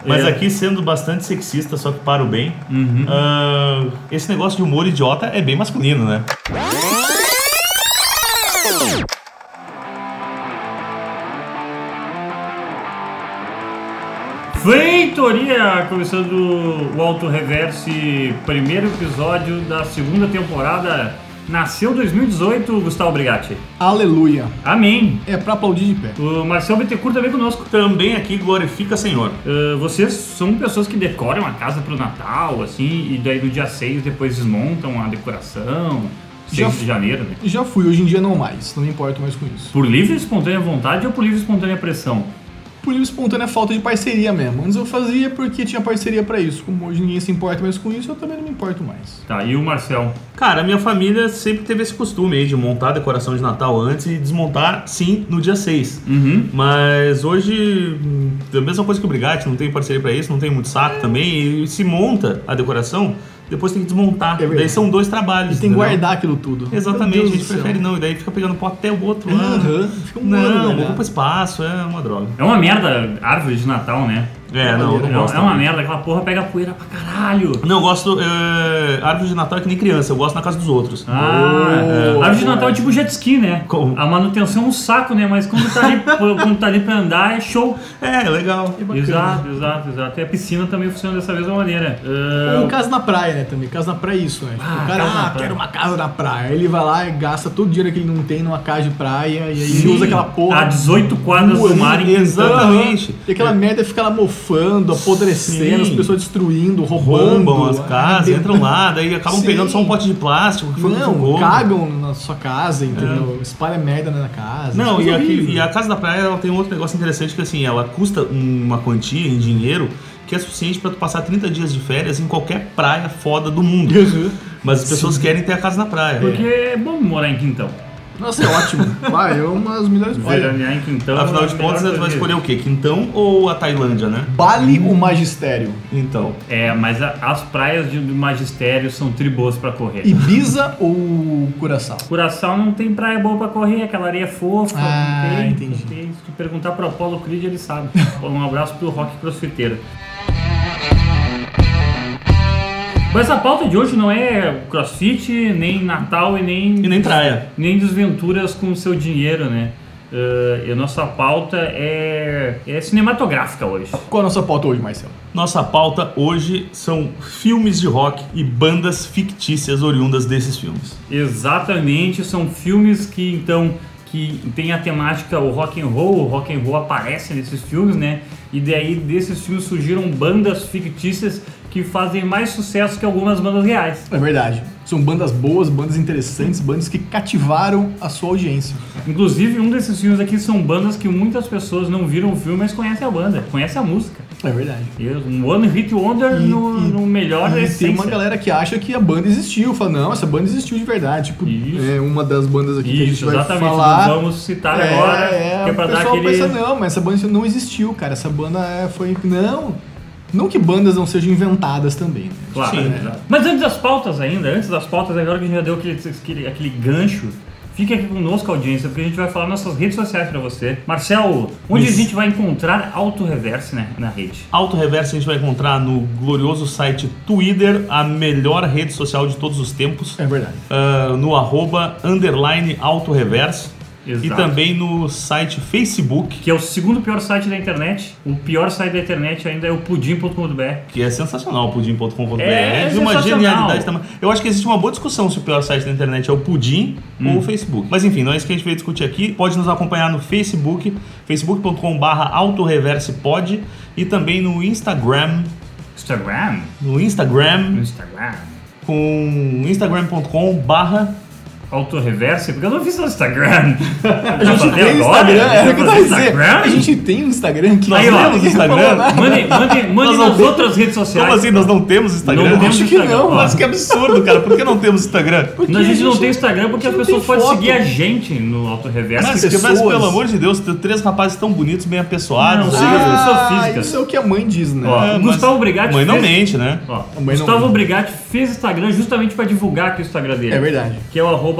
Mas aqui, sendo bastante sexista, só que para o bem, esse negócio de humor idiota é bem masculino, né? Feitoria! Começando o Auto Reverse, primeiro episódio da segunda temporada. Nasceu 2018, Gustavo Brigatti. Aleluia. Amém. É pra aplaudir de pé. O Marcel Bittencourt também conosco. Também aqui glorifica Senhor. Vocês são pessoas que decoram a casa pro Natal, assim, e daí no dia 6 depois desmontam a decoração. 6 de janeiro, né? Já fui, hoje em dia não mais. Não me importo mais com isso. Por livre e espontânea vontade ou por livre e espontânea pressão? Por livre e espontânea falta de parceria mesmo. Antes eu fazia porque tinha parceria pra isso. Como hoje ninguém se importa mais com isso, eu também não me importo mais. Tá, e o Marcel? Cara, a minha família sempre teve esse costume aí de montar a decoração de Natal antes e desmontar, sim, no dia 6. Mas hoje, a mesma coisa que o Brigatti, não tem parceria pra isso, não tem muito saco também. E se monta a decoração, depois tem que desmontar. Daí são 2 trabalhos. E tem que guardar aquilo tudo. Exatamente, a gente prefere não. E daí fica pegando pó até o outro ano. Fica um ano, né? Ocupa espaço, é uma droga. É uma merda árvore de Natal, né? Eu não gosto. É uma merda, aquela porra pega poeira pra caralho. Não, eu gosto. Árvore de Natal é que nem criança, eu gosto na casa dos outros. Árvore de Natal é tipo jet ski, né? Como? A manutenção é um saco, né? Mas quando tá ali pra andar é show. É legal. Exato. E a piscina também funciona dessa mesma maneira. Ou casa na praia, né? Também. Casa na praia é isso, né? O cara, quero uma casa na praia. Aí ele vai lá e gasta todo o dinheiro que ele não tem numa casa de praia. E aí ele usa aquela porra. A 18 quadras do mar em Exatamente. E aquela merda fica lá mofando, apodrecendo, as pessoas destruindo, roubando. Roubam as casas, entram lá, daí acabam pegando só um pote de plástico. Que não, cagam na sua casa, entendeu? Espalha merda na casa. Não, e a casa da praia ela tem um outro negócio interessante que assim, ela custa uma quantia em dinheiro que é suficiente pra tu passar 30 dias de férias em qualquer praia foda do mundo. Mas as pessoas querem ter a casa na praia. Porque é bom morar em quintão. Nossa, é ótimo. Vai, é uma das melhores coisas. Veranear em quintão. Afinal de contas, tu vai escolher o quê? Quintão ou a Tailândia, né? Bali ou Magistério? Então. Mas as praias do Magistério são triboas pra correr. Ibiza ou Curaçao? Curaçao não tem praia boa pra correr, aquela areia fofa. Entendi. Se tu perguntar pro Apollo Creed, ele sabe. Um abraço pro rock crossfiteiro. Mas a pauta de hoje não é crossfit, nem Natal e nem praia. Nem desventuras com o seu dinheiro, né? E a nossa pauta é cinematográfica hoje. Qual a nossa pauta hoje, Marcelo? Nossa pauta hoje são filmes de rock e bandas fictícias oriundas desses filmes. Exatamente, são filmes que tem a temática o rock and roll aparece nesses filmes, né? E daí desses filmes surgiram bandas fictícias que fazem mais sucesso que algumas bandas reais. É verdade. São bandas boas, bandas interessantes, bandas que cativaram a sua audiência. Inclusive, um desses filmes aqui são bandas que muitas pessoas não viram o filme, mas conhecem a banda, conhecem a música. É verdade. Um One Hit Wonder no melhor essência. Tem uma galera que acha que a banda existiu. Fala, não, essa banda existiu de verdade. Tipo, é uma das bandas aqui que a gente vai falar. Não vamos citar agora. Que é pra dar aquele... O pessoal pensa, não, mas essa banda não existiu, cara. Essa banda foi... Não que bandas não sejam inventadas também, né? Claro, Mas antes das pautas, agora que a gente já deu aquele gancho, fique aqui conosco, audiência, porque a gente vai falar nossas redes sociais pra você. Marcel, onde a gente vai encontrar Auto Reverse na rede? Auto Reverse a gente vai encontrar no glorioso site Twitter, a melhor rede social de todos os tempos. É verdade. No @_AutoReverse. Exato. E também no site Facebook, que é o segundo pior site da internet. O pior site da internet ainda é o pudim.com.br, que é sensacional, o pudim.com.br. É uma genialidade também. Eu acho que existe uma boa discussão se o pior site da internet é o Pudim ou o Facebook. Mas enfim, não é isso que a gente veio discutir aqui. Pode nos acompanhar no Facebook, facebook.com/autoreversepod, e também no Instagram. No Instagram. Com instagram.com/autoreverse. Porque eu não fiz no Instagram. A gente tem Instagram, a gente tem um Instagram que nós temos Instagram. Mandem nas outras redes sociais. Como assim nós não temos Instagram? Acho que não. Mas que absurdo, cara. Por que não temos Instagram? Porque a gente não tem Instagram porque as pessoas podem seguir a gente no Auto Reverse. Mas pelo amor de Deus, 3 rapazes tão bonitos, bem apessoados. Pessoa física. Isso é o que a mãe diz, né? Gustavo Brigatti. Mãe não mente, né? Gustavo Brigatti fez Instagram justamente pra divulgar aqui o Instagram dele. É verdade. Que é o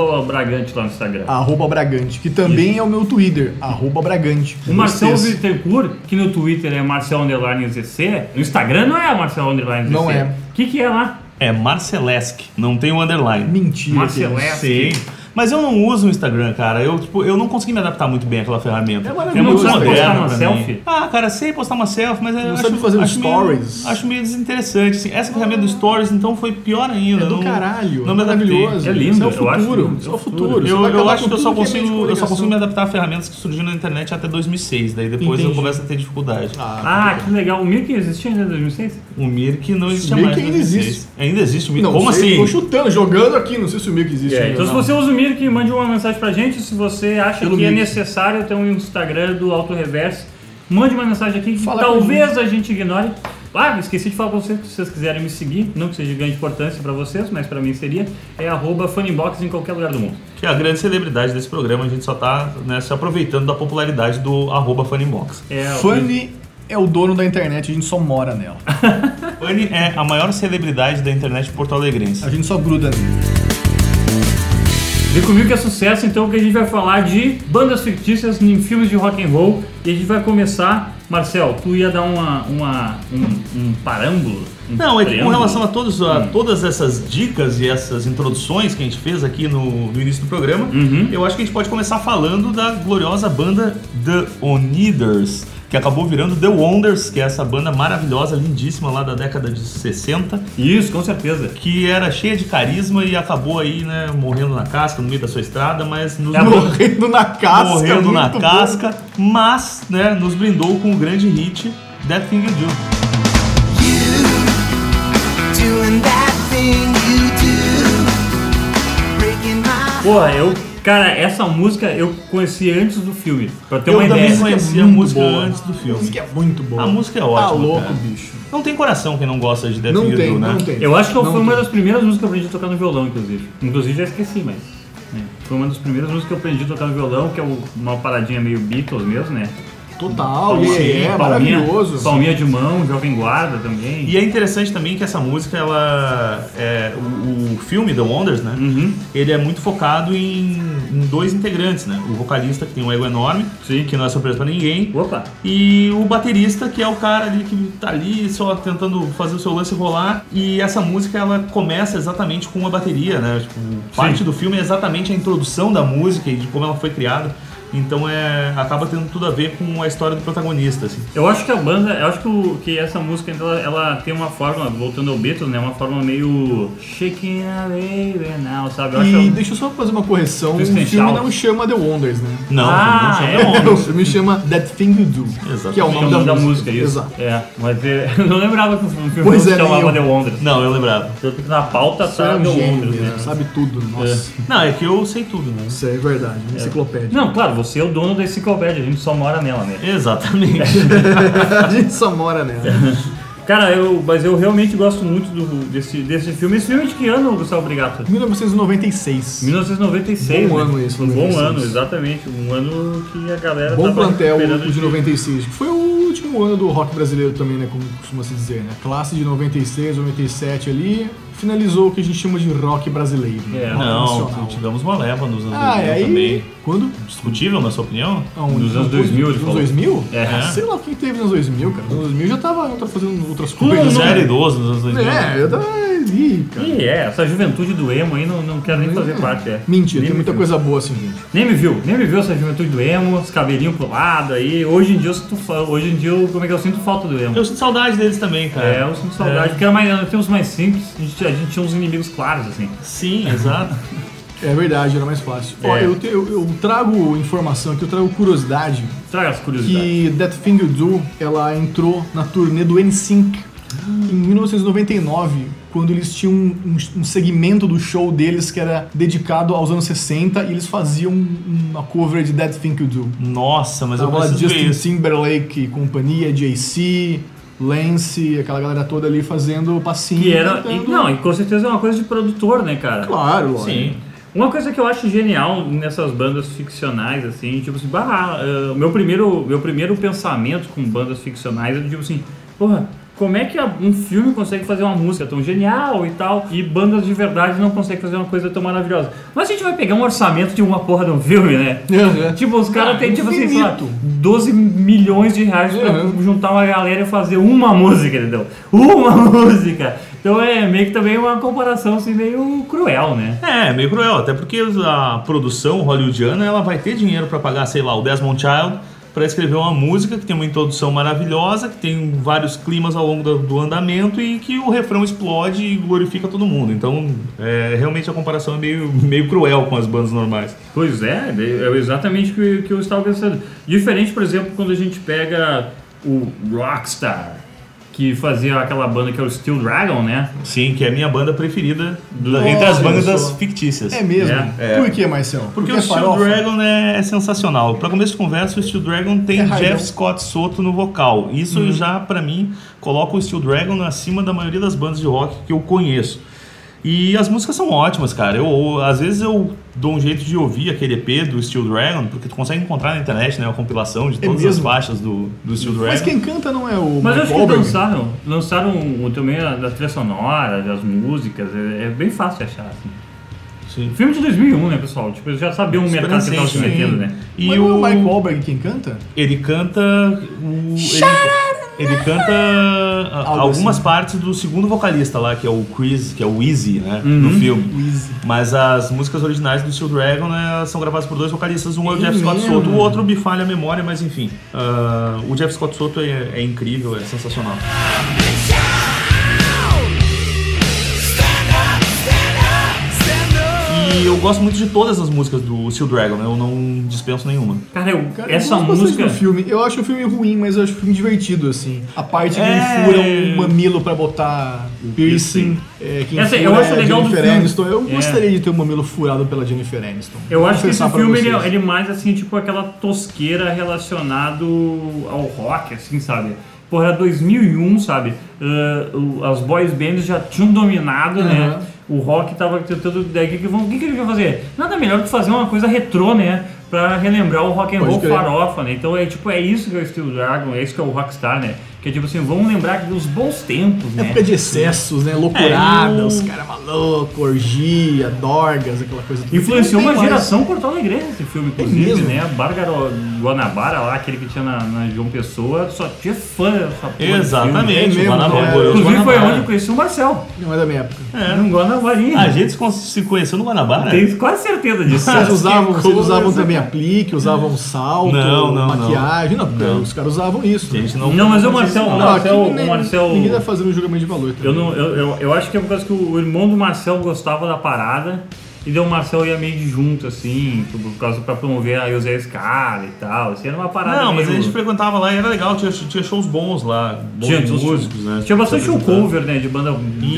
@Bragante lá no Instagram. @Bragante, que também é o meu Twitter, @Bragante. O Marcel Bittencourt, que no Twitter é Marcel_ZC, no Instagram não é Marcel_ZC. Não é. O que é lá? É Marcelesk, não tem um underline. Mentira. Marcelesk. Sim. Mas eu não uso o Instagram, cara. Eu não consegui me adaptar muito bem àquela ferramenta. É É maravilhoso. muito Não sabe postar moderna uma pra selfie? mim. Ah, cara, sei postar uma selfie, mas eu Não acho, sabe fazer acho stories. Meio, acho meio desinteressante. Assim. Essa ferramenta do stories, então, foi pior ainda. É do não, caralho. Não me adaptei. maravilhoso. É lindo, Isso é o eu acho futuro. lindo. Isso é o futuro. Você Eu vai acabar acho com que eu só tudo é meio de consigo comunicação. me adaptar a ferramentas que surgiram na internet até 2006. Daí depois Entendi. eu começo a ter dificuldade. Ah, que legal. O Mirk existia ainda em 2006? O Mirk não existia O Mirk mais. em ainda 2006. existe. Ainda existe o Mirk? Não, Como sei, assim? Tô chutando, jogando aqui, não sei se o Mirk existe ainda. Então se não. você usa o Mirk, mande uma mensagem pra gente. Se você acha Pelo que é Mirk. necessário ter um Instagram do Auto Reverse, mande uma mensagem aqui que Fala talvez a gente ignore. Ah, esqueci de falar pra vocês que se vocês quiserem me seguir, não que seja de grande importância pra vocês, mas pra mim seria, é @Funnybox em qualquer lugar do mundo. Que é a grande celebridade desse programa, a gente só tá se aproveitando da popularidade do @Funnybox. Funny é o dono da internet, a gente só mora nela. Funny é a maior celebridade da internet porto-alegrense. A gente só gruda nele. Vem comigo que é sucesso, então, que a gente vai falar de bandas fictícias em filmes de rock and roll. E a gente vai começar... Marcel, tu ia dar um parâmbulo? Não, é que com preâmbulo? relação a todas essas dicas e essas introduções que a gente fez aqui no início do programa, eu acho que a gente pode começar falando da gloriosa banda The Oneders, que acabou virando The Wonders, que é essa banda maravilhosa, lindíssima lá da década de 60, Isso, com certeza. que era cheia de carisma e acabou aí, né, morrendo na casca no meio da sua estrada, mas nos Morrendo na casca. morrendo na muito bom. casca, mas, né, nos brindou com o grande hit That Thing You Do. Doing that thing you do, breaking my Porra, cara, essa música eu conheci antes do filme, pra ter uma Eu também ideia. conhecia a muito música boa. antes do A filme. música é muito boa. A música é Tá ótima, louco, cara. bicho. Não tem coração quem não gosta de Death Não You tem, Do, né? não tem. Eu acho que Não foi uma tem. das primeiras músicas que eu aprendi a tocar no violão, inclusive. Inclusive já esqueci, mas... Foi uma das primeiras músicas que eu aprendi a tocar no violão, que é uma paradinha meio Beatles mesmo, né? Total, Sim, maravilhoso. Palminha de mão, Jovem Guarda também. E é interessante também que essa música, ela o filme The Wonders, né? Ele é muito focado em dois integrantes, né? O vocalista, que tem um ego enorme, que não é surpresa pra ninguém. Opa! E o baterista, que é o cara ali que tá ali só tentando fazer o seu lance rolar. E essa música, ela começa exatamente com a bateria, né? Tipo, parte do filme é exatamente a introdução da música e de como ela foi criada. Então acaba tendo tudo a ver com a história do protagonista, assim. Eu acho que a banda, que essa música ela tem uma forma, voltando ao Beatles, né? Uma forma meio shaking away now, sabe? Eu E acho deixa eu só fazer uma correção, o Twist and filme Shout. não chama The Wonders, né? Não, Ah, não é? chama O Wonders. filme chama That Thing You Do, Exatamente. que é o que é o nome nome da da música. música, isso. Exato. É, mas eu não lembrava que o filme Pois se é, nem chamava eu. The Wonders. Não, eu lembrava. Tanto que na pauta Você é tá um The gênio Wonders, mesmo, né? sabe tudo, nossa. Não, é que eu sei tudo, né? Isso é verdade, enciclopédia. Não, claro, você é o dono da enciclopédia, a gente só mora nela, né? Exatamente. A gente só mora nela. Cara, mas eu realmente gosto muito desse filme. Esse filme é de que ano, Gustavo Brigato? 1996. 1996. Bom né? ano esse, Um bom 96. ano, exatamente. Um ano que a galera Bom tava plantel esperando o de 96. Foi o último ano do rock brasileiro também, né? Como costuma se dizer, né? Classe de 96, 97 ali, finalizou o que a gente chama de rock brasileiro. Né? É. Rock Não, nacional. tivemos uma leva nos anos Ah, 2000 é aí. também. Quando? Discutível, na sua opinião? Aonde? Nos anos 2000, ele Nos falou. 2000? É. Sei lá quem teve nos anos 2000, cara. Nos 2000 já tava fazendo outras Não, coisas. Já era idoso nos anos 2000. É, eu tava ali, cara. E essa juventude do emo aí não quero nem fazer parte. Mentira, Nem tem muita me coisa boa assim, gente. Nem me viu essa juventude do emo, os cabelinhos pro lado aí. Hoje em dia como é que eu sinto falta do emo? Eu sinto saudade deles também, cara. Eu sinto saudade, porque tem uns mais simples, a gente tinha uns inimigos claros, assim. Sim, exato. É verdade, era mais fácil. Ó, É. eu trago informação aqui, eu trago curiosidade Traga as curiosidades. que That Thing You Do, ela entrou na turnê do NSYNC em 1999, quando eles tinham um segmento do show deles que era dedicado aos anos 60 e eles faziam uma cover de That Thing You Do. Nossa, mas eu Tava lá preciso ver Justin isso. Timberlake e companhia, JC, Lance, aquela galera toda ali fazendo passinho. Que era. cantando. E com certeza é uma coisa de produtor, né, cara? Claro, lógico. Sim. Uma coisa que eu acho genial nessas bandas ficcionais, assim, tipo assim, meu primeiro pensamento com bandas ficcionais é tipo assim, porra, como é que um filme consegue fazer uma música tão genial e tal, e bandas de verdade não conseguem fazer uma coisa tão maravilhosa. Mas a gente vai pegar um orçamento de uma porra de um filme, né? Tipo, os caras têm, tipo assim, sei lá, 12 milhões de reais pra juntar uma galera e fazer uma música, entendeu? Uma música! Então é meio que também uma comparação assim, meio cruel, né? É, meio cruel, até porque a produção hollywoodiana ela vai ter dinheiro pra pagar, sei lá, o Desmond Child para escrever uma música que tem uma introdução maravilhosa, que tem vários climas ao longo do andamento e que o refrão explode e glorifica todo mundo. Então, realmente a comparação é meio cruel com as bandas normais. Pois é exatamente o que eu estava pensando. Diferente, por exemplo, quando a gente pega o Rockstar, que fazia aquela banda que é o Steel Dragon, né? Sim, que é a minha banda preferida entre as bandas fictícias. É mesmo? Por que, Marcelo? Porque o Steel Dragon é sensacional. Para começo de conversa, o Steel Dragon tem Jeff Scott Soto no vocal. Isso já, para mim, coloca o Steel Dragon acima da maioria das bandas de rock que eu conheço. E as músicas são ótimas, cara. Às vezes eu dou um jeito de ouvir aquele EP do Steel Dragon, porque tu consegue encontrar na internet, né, a compilação de todas as faixas do Steel Dragon. Mas quem canta não é o Mas eu Mike acho que Wahlberg. lançaram também da trilha sonora, das músicas, é bem fácil de achar, assim. Sim. Filme de 2001, né, pessoal? Tipo, eles já sabiam o mercado que estava se metendo, né? E mas não é o Mike Wahlberg quem canta? Ele canta ele canta algumas partes do segundo vocalista lá, que é o Chris, que é o Easy, né, no filme. Mas as músicas originais do Steel Dragon, né, são gravadas por dois vocalistas, um é o Jeff Scott Soto, o outro me falha a memória, mas enfim. O Jeff Scott Soto é incrível, é sensacional. E eu gosto muito de todas as músicas do Steel Dragon, né? Eu não dispenso nenhuma. Cara, essa música... filme. Eu acho o filme ruim, mas eu acho o filme divertido, assim. A parte que ele fura um mamilo pra botar piercing. Eu acho legal do filme. Aniston. Eu gostaria de ter um mamilo furado pela Jennifer Aniston. Eu acho que esse filme ele é mais, assim, tipo aquela tosqueira relacionado ao rock, assim, sabe? Porra, era 2001, sabe? As boys bands já tinham dominado, né? O rock tava tentando... O que ele vai fazer? Nada melhor que fazer uma coisa retrô, né? Pra relembrar o rock and roll farofa, né? Então é isso que é o Steel Dragon, é isso que é o Rockstar, né? Que é tipo assim, vamos lembrar dos bons tempos, né? Época de excessos, né? Loucurada, os caras malucos, orgia, dorgas, aquela coisa. Influenciou uma geração porto-alegrense esse filme, inclusive, né? Bárbaro Guanabara lá, aquele que tinha na João Pessoa, só tinha fã dessa porra. Exatamente, o Guanabara. Inclusive foi onde eu conheci o Marcel. Não é da minha época. No Guanabarinha. A gente se conheceu no Guanabara? Tenho quase certeza disso. Vocês usavam também aplique, usavam salto, maquiagem. Não, os caras usavam isso. Não, mas o Marcel... Ninguém tá fazendo julgamento de valor também. Eu acho que é por causa que o irmão do Marcel gostava da parada e daí o Marcel ia meio de junto, assim, por causa pra promover a José Scala e tal. Assim, era uma parada. Não, mas a gente frequentava lá e era legal, tinha shows bons lá, bons músicos, né? Tinha bastante show cover, né? De banda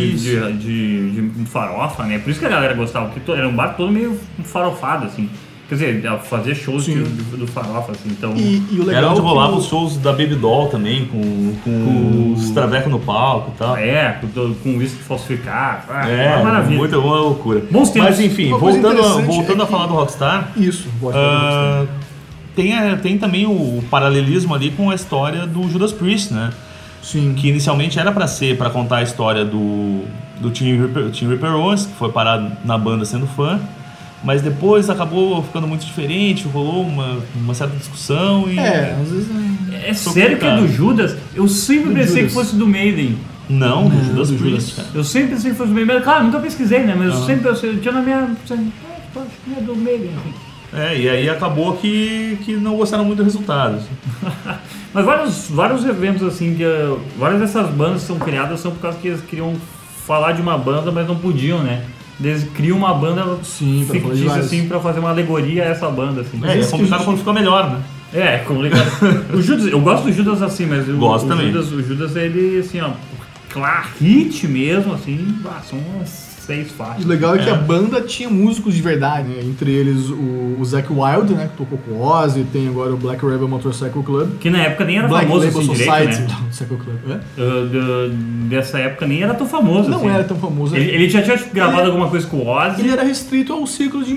de farofa, né? Por isso que a galera gostava, porque era um bar todo meio farofado, assim. Quer dizer, fazer shows do farofa, assim, então... E o legal era onde rolavam os shows da Baby Doll também, com os travecos no palco e tal. Com uísque falsificado. Uma maravilha. Muita loucura. Bons tempos. Mas enfim, voltando a falar do Rockstar... Isso, gosto do Rockstar. Tem também o paralelismo ali com a história do Judas Priest, né? Sim. Que inicialmente era pra contar a história do Tim Ripper Owens, que foi parado na banda sendo fã. Mas depois acabou ficando muito diferente, rolou uma certa discussão e... às vezes... É sério que é do Judas? Eu sempre pensei que fosse do Maiden. Não, do Judas Priest, cara. Eu sempre pensei que fosse do Maiden. Claro, nunca pesquisei, né? Mas eu sempre pensei, tinha na minha... Acho que é do Maiden. E aí acabou que não gostaram muito do resultado. Mas vários eventos, assim, várias dessas bandas que são criadas são por causa que eles queriam falar de uma banda, mas não podiam, né? Eles criam uma banda fictícia, assim, pra fazer uma alegoria a essa banda, assim. É complicado quando fica melhor, né? É complicado. O Judas, eu gosto do Judas assim, mas gosto também. O Judas, ele, assim, ó, hit mesmo, assim, são umas 6 faixas. O legal é que a banda tinha músicos de verdade, né? Entre eles o Zakk Wylde, né? Que tocou com o Ozzy, tem agora o Black Rebel Motorcycle Club. Que na época nem era Black famoso Label assim Society, direito, né? Motorcycle Club. Dessa época nem era tão famoso. Não assim. era tão famoso. Ele já tinha gravado alguma coisa com o Ozzy. Ele era restrito ao círculo do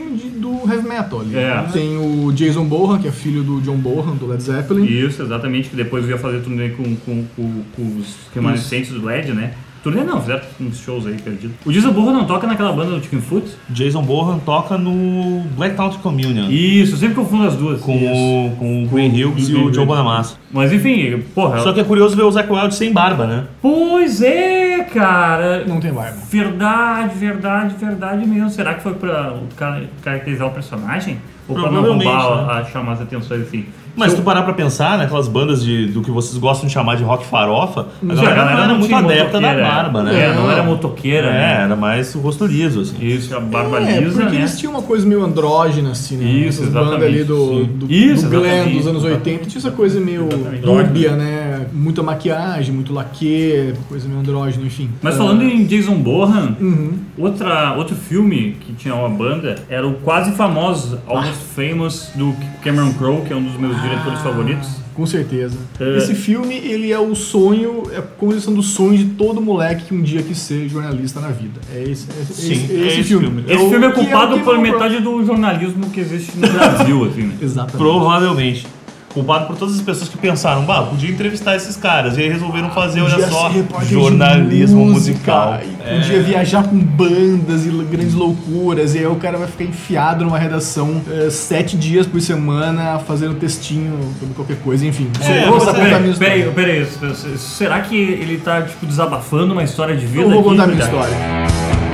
do heavy metal ali. É. Tem o Jason Bonham, que é filho do John Bonham, do Led Zeppelin. Isso, exatamente, que depois ia fazer turnê com os remanescentes do LED, né? Turnê não, fizeram uns shows aí perdidos. O Jason Bonham não toca naquela banda do Chicken Foot? Jason Bonham toca no Blackout Communion. Isso, eu sempre confundo as duas. Com o Glenn Hughes e o Joe Bonamassa. Mas enfim, porra... Só que é curioso ver o Zakk Wylde sem barba, né? Pois é, cara! Não tem barba. Verdade mesmo. Será que foi pra caracterizar o personagem? Ou pra não Provavelmente, roubar, chamar as atenções, enfim? Mas se tu parar pra pensar, né, aquelas bandas do que vocês gostam de chamar de rock farofa, a Mas galera não era muito tinha adepta da motoqueira, barba, né? É, não era motoqueira, né? Era mais o rosto liso, assim. Isso, a barba lisa, porque né? eles tinham uma coisa meio andrógena, assim, né? Isso, Essas bandas ali exatamente, do Isso, Glam exatamente, dos anos 80, tinha essa coisa meio dúbia, né? Muita maquiagem, muito laque, coisa meio andrógena, enfim. Mas falando em Jason Bonham, Uhum. outro filme que tinha uma banda era o Quase Famoso, Almost Famous, do Cameron Crowe, que é um dos meus diretores favoritos. Com certeza. É. Esse filme, ele é o sonho, é a condição do sonho de todo moleque que um dia quis ser jornalista na vida. É esse filme. Esse filme é que culpado o por Cameron metade do jornalismo que existe no Brasil, assim, né? Exatamente. Provavelmente. Culpado por todas as pessoas que pensaram, podia entrevistar esses caras. E aí resolveram fazer, olha Podia só, ser repórter de jornalismo música, musical. e podia viajar com bandas e grandes loucuras. E aí o cara vai ficar enfiado numa redação 7 dias por semana fazendo textinho sobre qualquer coisa, enfim. mas Peraí, será que ele tá, tipo, desabafando uma história de vida? Eu vou aqui, contar a minha cara? história.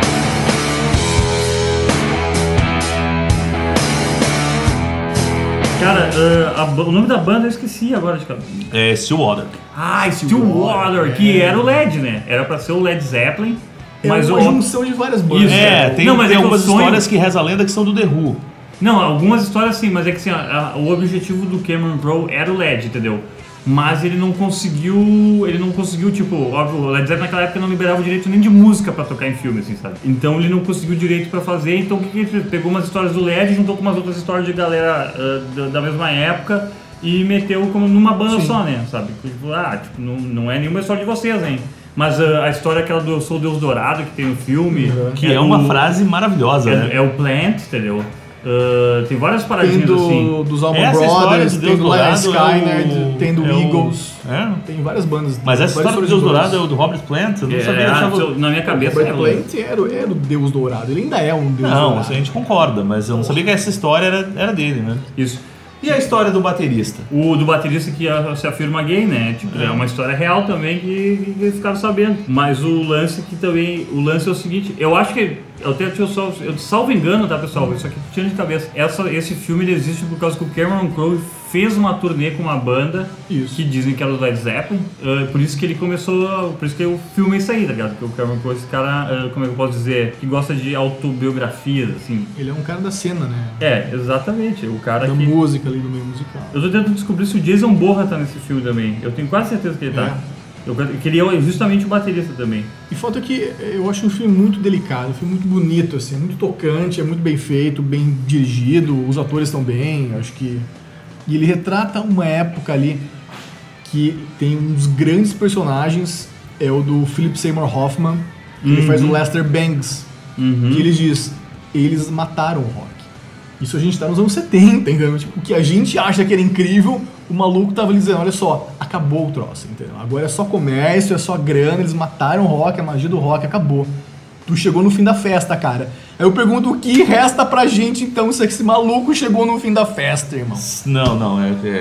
Cara, o nome da banda eu esqueci agora de cabeça. É Stillwater. Stillwater, que era o LED, né? Era pra ser o Led Zeppelin. Mas é uma junção de várias bandas. Isso. Tem, Não, mas tem é que algumas o sonho- histórias que reza a lenda que são do The Who. Não, algumas histórias sim, mas é que assim, o objetivo do Cameron Crowe era o LED, entendeu? Mas ele não conseguiu, tipo, óbvio, o Led Zeppelin naquela época não liberava o direito nem de música pra tocar em filme, assim, sabe? Então ele não conseguiu direito pra fazer, então o que ele fez? Pegou umas histórias do LED, juntou com umas outras histórias de galera da mesma época e meteu como numa banda só, né, sabe? Tipo, não é nenhuma história de vocês, hein? Mas a história aquela do Eu Sou o Deus Dourado, que tem no filme... Que é uma frase maravilhosa, né? É o Plant, entendeu? Tem várias Tem paradinhas assim. dos Allman Essa história Brothers, do tem Deus do Lyle Dourado Skyner, tem do Eagles. É? Tem várias bandas. Mas essa várias história do Deus Dourado é o do Robert Plant? Eu não sabia. Eu achava... Na minha cabeça Robert Plant era o Deus Dourado. Ele ainda é um Deus Não, Dourado. isso a gente concorda, mas eu não sabia que essa história era dele, né? Isso. E a história do baterista? O do baterista que se afirma gay, né? Tipo, é uma história real também que eles ficaram sabendo. Mas o lance é o seguinte, eu acho que, eu salvo engano, tá, pessoal? Isso aqui tira de cabeça. Esse filme ele existe por causa que o Cameron Crowe fez uma turnê com uma banda que dizem que era do Led Zeppelin. Por isso que ele começou, por isso que o filme é isso aí, tá ligado? Porque o Cameron Crowe, esse cara, como é que eu posso dizer, que gosta de autobiografias, assim. Ele é um cara da cena, né? É, exatamente. O cara Da que... música ali, do meio musical. Eu tô tentando descobrir se o Jason Bonham tá nesse filme também. Eu tenho quase certeza que ele tá. Eu queria justamente o baterista também. E falta que eu acho um filme muito delicado, um filme muito bonito, assim, muito tocante, é muito bem feito, bem dirigido, os atores estão bem, acho que... E ele retrata uma época ali que tem um dos grandes personagens, é o do Philip Seymour Hoffman, que ele faz o Lester Bangs, que ele diz, eles mataram o rock. Isso a gente tá nos anos 70, entendeu? Tipo, o que a gente acha que era incrível, o maluco tava ali dizendo, olha só, acabou o troço, entendeu? Agora é só comércio, é só grana, eles mataram o rock, a magia do rock acabou. Tu chegou no fim da festa, cara. Aí eu pergunto, o que resta pra gente, então, se esse maluco chegou no fim da festa, irmão? Não,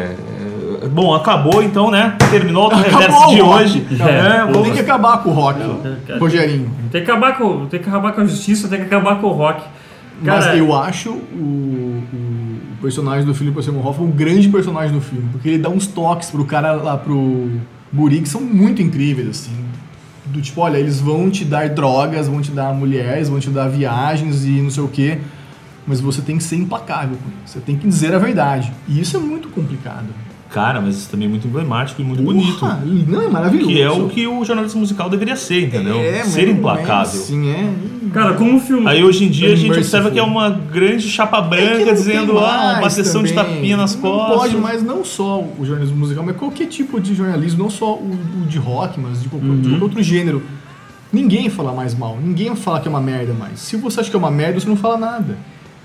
bom, acabou então, né? Terminou o reverso Acabou de o rock. hoje. Tem que acabar com o rock, Rogerinho. Tem que acabar com a justiça, tem que acabar com o rock. Mas Cara, eu acho o personagem do Philip Seymour Hoffman um grande personagem do filme, porque ele dá uns toques pro cara lá, pro guri, que são muito incríveis, assim. Do tipo, olha, eles vão te dar drogas, vão te dar mulheres, vão te dar viagens e não sei o quê, mas você tem que ser implacável com isso. Você tem que dizer a verdade. E isso é muito complicado. Cara, mas isso também é muito emblemático e muito bonito. Não, é maravilhoso. Que é o que o jornalismo musical deveria ser, entendeu? É, ser implacável. Sim, é. cara, como o filme... Aí hoje em dia a gente Merciful. observa que é uma grande chapa branca não dizendo, tem mais uma sessão de também. tapinha nas Não costas. pode mais, não só o jornalismo musical, mas qualquer tipo de jornalismo, não só o de rock, mas de qualquer outro gênero. Ninguém fala mais mal, ninguém fala que é uma merda mais. Se você acha que é uma merda, você não fala nada.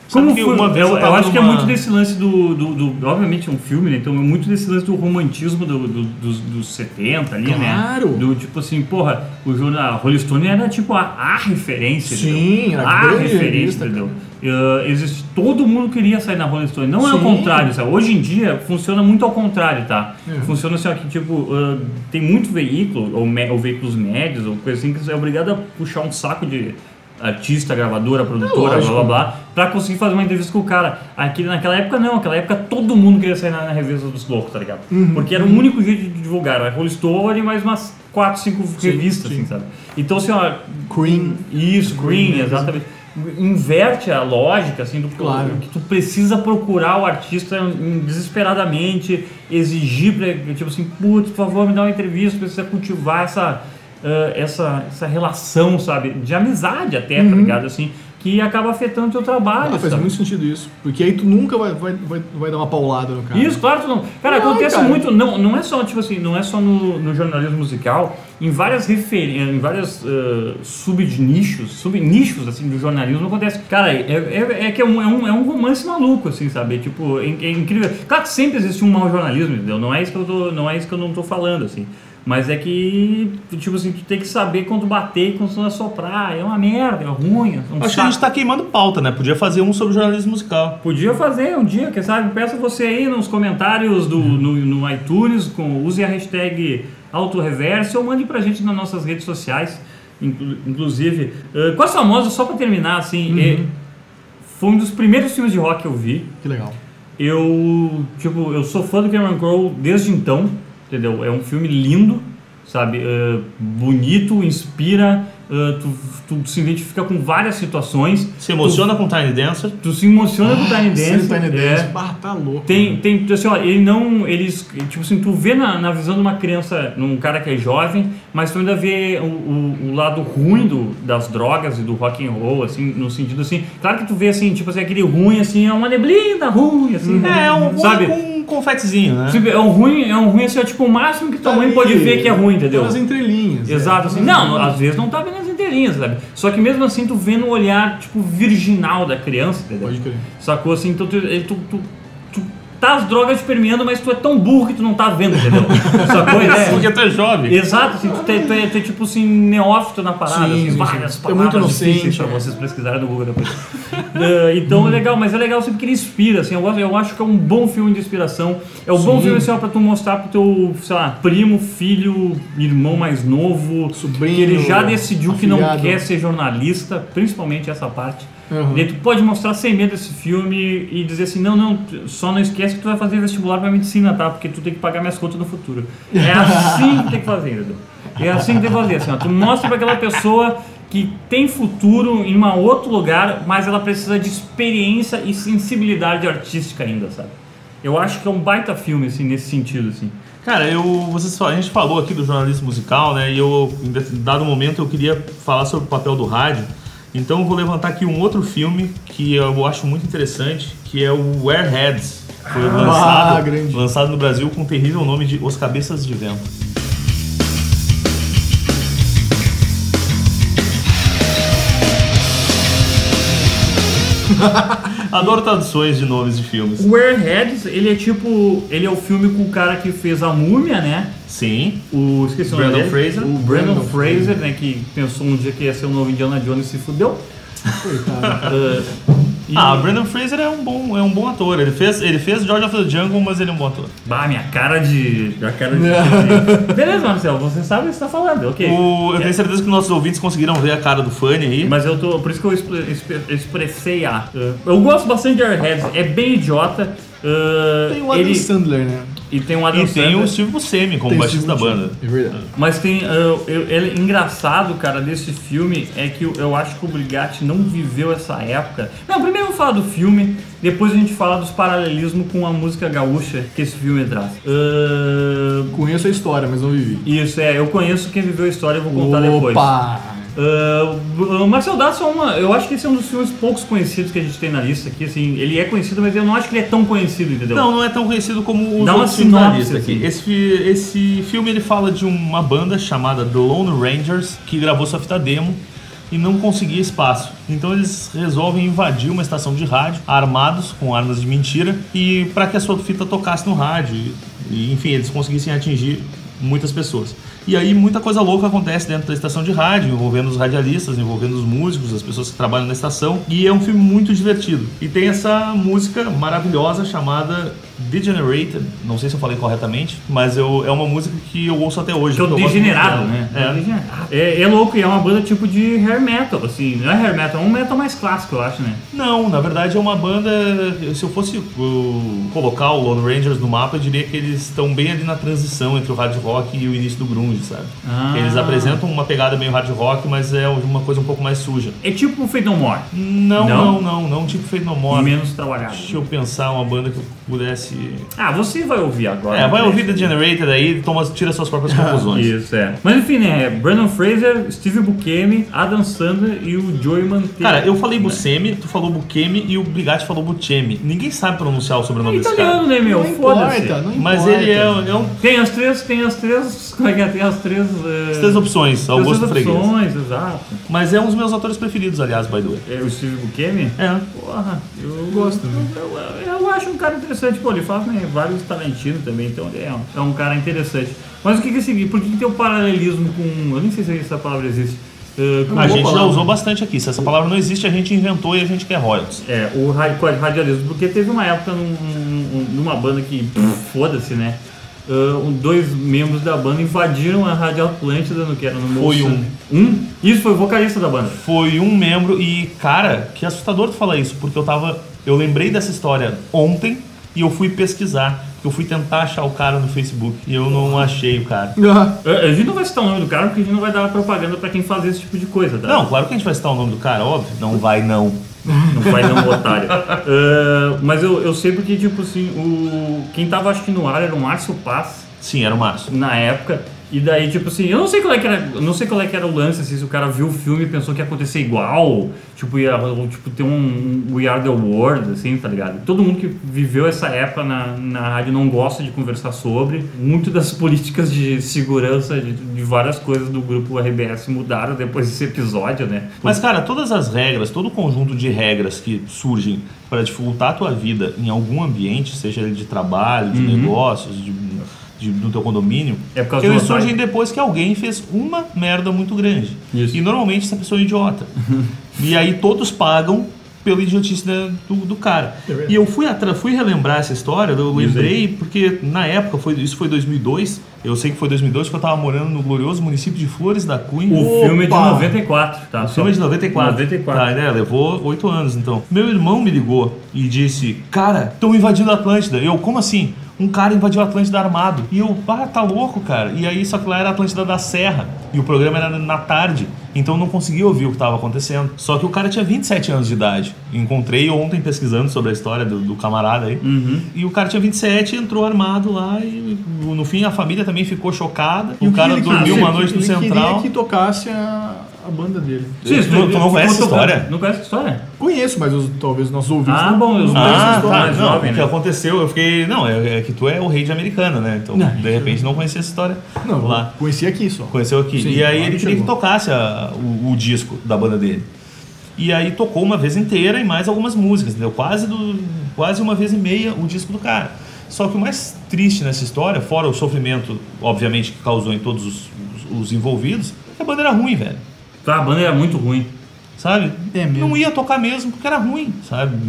Como que foi? uma vez Eu tava acho que é numa- muito desse lance do obviamente é um filme, né? Então é muito desse lance do romantismo dos 70 ali, Claro. né? Do tipo assim, porra, a Rolling Stone era tipo a referência, Sim, entendeu? era A grande referência, revista, entendeu? Todo mundo queria sair na Rolling Stone, não é o Sim. contrário, sabe? Hoje em dia funciona muito ao contrário, tá? Funciona assim, ó, que tipo, tem muito veículo, ou veículos médios, ou coisa assim, que você é obrigado a puxar um saco de artista, gravadora, produtora, lógico. blá blá blá, pra conseguir fazer uma entrevista com o cara. Naquela época não, naquela época todo mundo queria sair na revista dos loucos, tá ligado? Porque era o único jeito de divulgar, a Rolling Stone e mais umas 4, 5 revistas, assim, sabe? Então assim, ó... Cream. Isso, Cream, exatamente. Inverte a lógica, assim, do Claro. que tu precisa procurar o artista desesperadamente, exigir, tipo assim, putz, por favor, me dá uma entrevista, precisa cultivar essa relação, sabe, de amizade até, tá ligado, assim, que acaba afetando o teu trabalho, Faz sabe? muito sentido isso. Porque aí tu nunca vai dar uma paulada no cara. Isso, claro, tu não. Cara, Não, acontece cara. muito, não é só, tipo assim, não é só no jornalismo musical, em várias subnichos, assim, do jornalismo acontece. Cara, é que é um romance maluco, assim, sabe? Tipo, é incrível. Claro que sempre existe um mau jornalismo, entendeu? Não é isso que eu não tô falando, assim. Mas é que, tipo assim, tu tem que saber quando bater e quando assoprar. É uma merda, é ruim. É um Acho que a gente saco. tá queimando pauta, né? Podia fazer um sobre jornalismo musical. Podia fazer um dia, quem sabe? Peço você aí nos comentários no iTunes, use a hashtag AutoReverse ou mande pra gente nas nossas redes sociais, inclusive. Com as famosas, só pra terminar, assim, foi um dos primeiros filmes de rock que eu vi. Que legal. Eu sou fã do Cameron Crowe desde então, entendeu? É um filme lindo, sabe? Bonito, inspira, tu se identifica com várias situações. Se emociona com Tiny Dancer. Tu se emociona com o Tiny Dance. Tiny Dance. Tá louco. Tem, assim, ó, tipo assim, tu vê na visão de uma criança, num cara que é jovem, mas tu ainda vê o lado ruim das drogas e do rock and roll, assim, no sentido assim, claro que tu vê assim, tipo assim, aquele ruim, assim, é uma neblina ruim, assim, É um ruim sabe? com um confetezinho, né? Tipo, é um ruim, assim, ó, tipo, o máximo que tua mãe ali, pode ver que é ruim, entendeu? Nas entrelinhas. Exato, assim, não, às vezes não tá vendo as inteirinhas, sabe? Só que mesmo assim tu vê no olhar, tipo, virginal da criança, entendeu? Pode crer. Sacou assim, então tu tá as drogas te permeando, mas tu é tão burro que tu não tá vendo, entendeu? Sacou a ideia? Porque tu é jovem. Exato, assim, tu é tipo assim, neófito na parada, Sim, assim, sim, várias sim. É palavras muito difíceis inocente, pra é. vocês pesquisarem no Google depois. Então é legal, mas é legal sempre que ele inspira, assim, eu acho que é um bom filme de inspiração, é um bom filme assim, ó, pra tu mostrar pro teu, sei lá, primo, filho, irmão mais novo, Sobrinho, que ele já decidiu que não afilhado. quer ser jornalista, principalmente essa parte. Uhum. E aí tu pode mostrar sem medo esse filme e dizer assim, não, só não esquece que tu vai fazer vestibular pra medicina, tá? Porque tu tem que pagar minhas contas no futuro. É assim que tem que fazer, entendeu? É assim que tem que fazer, assim, ó. Tu mostra pra aquela pessoa que tem futuro em um outro lugar, mas ela precisa de experiência e sensibilidade artística ainda, sabe? Eu acho que é um baita filme, assim, nesse sentido, assim. Cara, a gente falou aqui do jornalismo musical, né? E em dado momento, eu queria falar sobre o papel do rádio. Então eu vou levantar aqui um outro filme que eu acho muito interessante, que é o Airheads. Foi lançado no Brasil com o terrível nome de Os Cabeças de Vento. Adoro traduções de nomes de filmes. O Airheads, ele é o filme com o cara que fez a Múmia, né? Sim. Esqueci o nome Brandon dele. Fraser. O Brandon Fraser, né? Que pensou um dia que ia ser o novo Indiana Jones e se fudeu. Coitado. O Brandon Fraser é um bom ator. Ele fez George of the Jungle, mas ele é um bom ator. Minha cara de... Beleza, Marcelo, você sabe o que você tá falando, ok. Eu tenho certeza que nossos ouvintes conseguiram ver a cara do Fanny aí. Mas por isso que eu expressei eu gosto bastante de Airheads, é bem idiota. Tem o Adam Sandler, né? E tem o Adam E tem Sandler. o Steve Buscemi como Tem baixista da Steve banda. É verdade. Mas tem. Engraçado, cara, desse filme é que eu acho que o Brigatti não viveu essa época. Não, primeiro eu vou falar do filme, depois a gente fala dos paralelismos com a música gaúcha que esse filme traz. Conheço a história, mas não vivi. Isso, eu conheço quem viveu a história e vou contar depois. Opa! Marcel Dá eu acho que esse é um dos filmes poucos conhecidos que a gente tem na lista aqui, assim, ele é conhecido, mas eu não acho que ele é tão conhecido, entendeu? Não é tão conhecido como os Dá uma outros filmes da sinopse, lista aqui. assim. Esse filme ele fala de uma banda chamada The Lone Rangers que gravou sua fita demo e não conseguia espaço. Então eles resolvem invadir uma estação de rádio, armados com armas de mentira, e para que a sua fita tocasse no rádio. E, enfim, eles conseguissem atingir muitas pessoas. E aí muita coisa louca acontece dentro da estação de rádio, envolvendo os radialistas, envolvendo os músicos, as pessoas que trabalham na estação. E é um filme muito divertido. E tem essa música maravilhosa chamada Degenerated, não sei se eu falei corretamente, mas é uma música que eu ouço até hoje. Que é o Degenerado, né? É louco, e é uma banda tipo de hair metal, assim, não é hair metal, é um metal mais clássico, eu acho, né? Não, na verdade é uma banda, se eu fosse colocar o Lone Rangers no mapa, eu diria que eles estão bem ali na transição entre o hard rock e o início do grunge, sabe? Eles apresentam uma pegada meio hard rock, mas é uma coisa um pouco mais suja. É tipo o Faith No More? Não, tipo Faith No More. Menos trabalhado. Deixa eu pensar uma banda que eu pudesse... Você vai ouvir agora. Vai ouvir The Generator aí, tira suas próprias conclusões. Isso, Mas enfim, né? Brandon Fraser, Steve Buscemi, Adam Sandler e o Joey Mantello. Cara, eu falei Buscemi, tu falou Buscemi e o Brigatti falou Buscemi. Ninguém sabe pronunciar o sobrenome desse cara. Italiano, né, meu? Foda-se. Mas ele é um... Tem as três... Como é que é? Tem as três... As três opções, Augusto Fregues. Exato. Mas é um dos meus atores preferidos, aliás, by the way. É o Steve Buscemi? Porra, eu gosto também. Eu acho um cara interessante. Pô, ele faz vários talentinhos também, então ele é um cara interessante. Mas o que é seguir? Por que tem o paralelismo com... Eu nem sei se essa palavra existe. A gente já usou bastante aqui. Se essa palavra não existe, a gente inventou e a gente quer royalties. O radialismo, porque teve uma época numa banda que, foda-se, né? Dois membros da banda invadiram a Rádio Atlântida, no que era no Foi Isso, foi o vocalista da banda. Foi um membro e, cara, que assustador tu falar isso, porque eu lembrei dessa história ontem e eu fui pesquisar. Eu fui tentar achar o cara no Facebook e eu não achei o cara. A gente não vai citar o nome do cara porque a gente não vai dar propaganda pra quem faz esse tipo de coisa, tá? Não, claro que a gente vai citar o nome do cara, óbvio. Não vai não. Não vai não, otário. Mas eu sei porque, tipo assim, quem tava acho que no ar era o Márcio Paz. Sim, era o Márcio. Na época. E daí, tipo assim, eu não sei qual é que era o lance, assim, se o cara viu o filme e pensou que ia acontecer igual, tipo, ia ter um We Are The World, assim, tá ligado? Todo mundo que viveu essa época na rádio não gosta de conversar sobre. Muito das políticas de segurança de várias coisas do grupo RBS mudaram depois desse episódio, né? Mas, cara, todas as regras, todo o conjunto de regras que surgem para dificultar a tua vida em algum ambiente, seja ele de trabalho, de negócios, do teu condomínio, eles surgem depois que alguém fez uma merda muito grande. Isso. E normalmente essa pessoa é idiota. E aí todos pagam pela idiotice do cara. E eu fui relembrar essa história, eu lembrei, porque na época, isso foi 2002, eu sei que foi 2002, porque eu tava morando no glorioso município de Flores da Cunha. O filme é de 94, tá? O filme é de 94. 94. Tá, né? Levou 8 anos, então. Meu irmão me ligou e disse, cara, estão invadindo a Atlântida. Eu, como assim? Um cara invadiu a Atlântida armado. E eu, tá louco, cara. E aí, só que lá era a Atlântida da Serra. E o programa era na tarde. Então eu não conseguia ouvir o que estava acontecendo. Só que o cara tinha 27 anos de idade. Encontrei ontem pesquisando sobre a história do camarada aí. E o cara tinha 27, entrou armado lá e no fim a família também ficou chocada. E o cara dormiu uma noite no Central. Ele queria que tocasse a banda dele. Sim, tu não conhece essa história? Não conhece a história? Conheço, mas talvez nossos ouvintes não conhecem a história. Não, o que aconteceu, eu fiquei... Não, é que tu é o rei de Americana, né? Então, de repente, não conhecia essa história. Não, lá. Conheci aqui só. Conheceu aqui. Sim, e aí ele queria que tocasse o disco da banda dele. E aí tocou uma vez inteira e mais algumas músicas, entendeu? Quase uma vez e meia o disco do cara. Só que o mais triste nessa história, fora o sofrimento, obviamente, que causou em todos os envolvidos, é que a banda era ruim, velho. A banda era muito ruim. Sabe? Mesmo. Não ia tocar mesmo porque era ruim, sabe?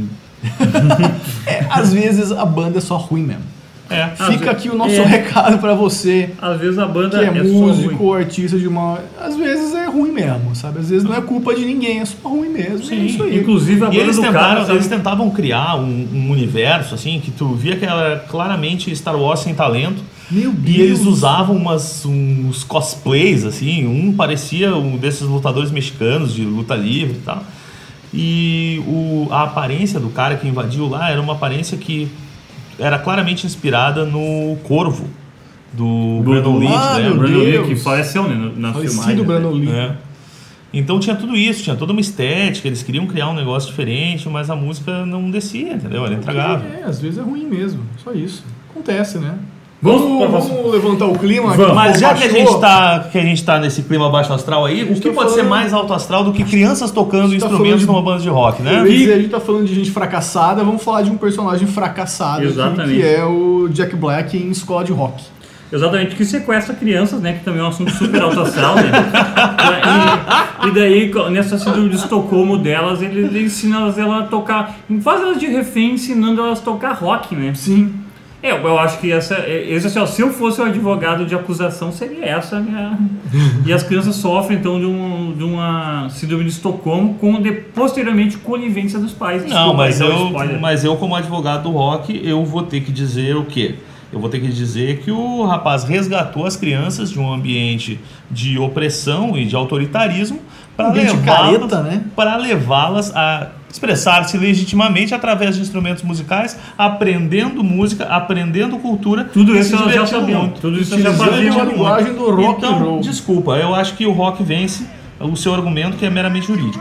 Às vezes a banda é só ruim mesmo. Fica aqui o nosso recado pra você. Às vezes a banda que é músico ou artista de uma... Às vezes é ruim mesmo, sabe? Às vezes não é culpa de ninguém, é só ruim mesmo. Sim, é isso aí. Inclusive a banda eles tentavam criar um universo, assim, que tu via que era claramente Star Wars sem talento. Meu Deus. E eles usavam uns cosplays, assim, parecia um desses lutadores mexicanos de luta livre e tal. E a aparência do cara que invadiu lá era uma aparência que era claramente inspirada no Corvo, do Brandon Lee, né? Brandon Lee, que faleceu, né, na filmagem. Do Brandon Lee. Então tinha tudo isso, tinha toda uma estética, eles queriam criar um negócio diferente, mas a música não descia, entendeu? Era intragável. Às vezes é ruim mesmo, só isso. Acontece, né? Vamos levantar o clima? Vamos. Mas já que Baixou. a gente tá nesse clima baixo astral aí, o que tá pode ser falando- mais alto astral do que crianças tocando tá instrumentos falando de- numa banda de rock, Eu né? ia dizer, a gente tá falando de gente fracassada, vamos falar de um personagem fracassado aqui, Exatamente. que é o Jack Black em Escola de Rock. Exatamente, que sequestra crianças, né? Que também é um assunto super alto astral, né? E daí, nessa síndrome de Estocolmo delas, ele ensina elas a tocar, faz elas de refém, ensinando elas a tocar rock, né? Sim. Eu acho que esse assim, ó, se eu fosse o advogado de acusação, seria essa a minha... E as crianças sofrem, então, de uma síndrome de Estocolmo com, posteriormente, conivência dos pais. Não, Desculpa, então, mas eu como advogado do rock, eu vou ter que dizer o quê? Eu vou ter que dizer que o rapaz resgatou as crianças de um ambiente de opressão e de autoritarismo para Ambiente careta, né? levá-las a expressar-se legitimamente através de instrumentos musicais, aprendendo música, aprendendo cultura. Tudo e isso se elas já divertindo sabiam. muito. Tudo isso Se já faziam. divertindo A muito. linguagem do rock and Então, roll. desculpa, eu acho que o rock vence o seu argumento que é meramente jurídico.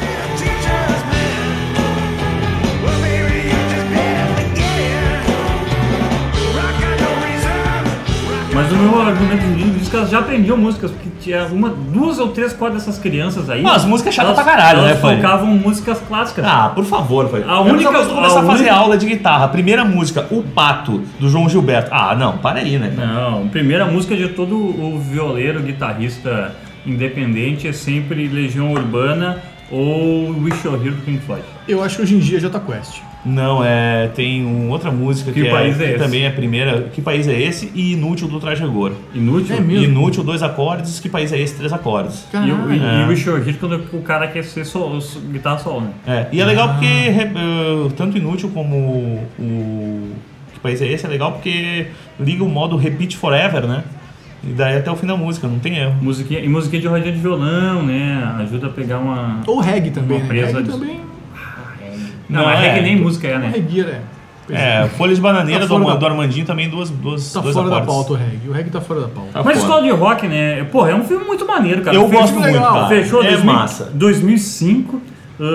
Mas o meu argumento jurídico diz que elas já aprendiam músicas, porque tinha duas ou três, quatro dessas crianças aí. As músicas chatas elas- pra caralho, elas né, Fanny? tocavam músicas clássicas. Ah, por favor, pai. A única- Eu vou começar a a fazer única- aula de guitarra. A primeira música, O Pato, do João Gilberto. Ah, não, para aí, né? Não, a primeira música de todo o violeiro, guitarrista independente é sempre Legião Urbana ou Wish You Were Here do Pink Floyd. Eu acho que hoje em dia é Jota Quest. Não, tem outra música Que que, país é que esse? também é a primeira. Que país é esse? E Inútil do Traje Rigor. Inútil? É mesmo? Inútil, 2 acordes. Que país é esse? 3 acordes. E o É. Wish You Were Here quando o cara quer ser guitarra solo, né? E é legal porque tanto Inútil como o Que país é esse? É legal porque liga o modo Repeat Forever, né? E daí até o fim da música, não tem erro. Musiquinha de rodinha de violão, né? Ajuda a pegar uma... Ou reggae também, Uma né? presa Reggae de- também Não, mas reggae nem música é, é né? regueira, é. Folha de Bananeira Tá fora do Armandinho também, dois Tá dois fora da acordes. pauta o reggae. O reggae tá fora da pauta. Tá Mas fora. Escola de Rock, né? Porra, é um filme muito maneiro, cara. Eu Fechou- gosto muito, legal. cara. Fechou É massa. 2005.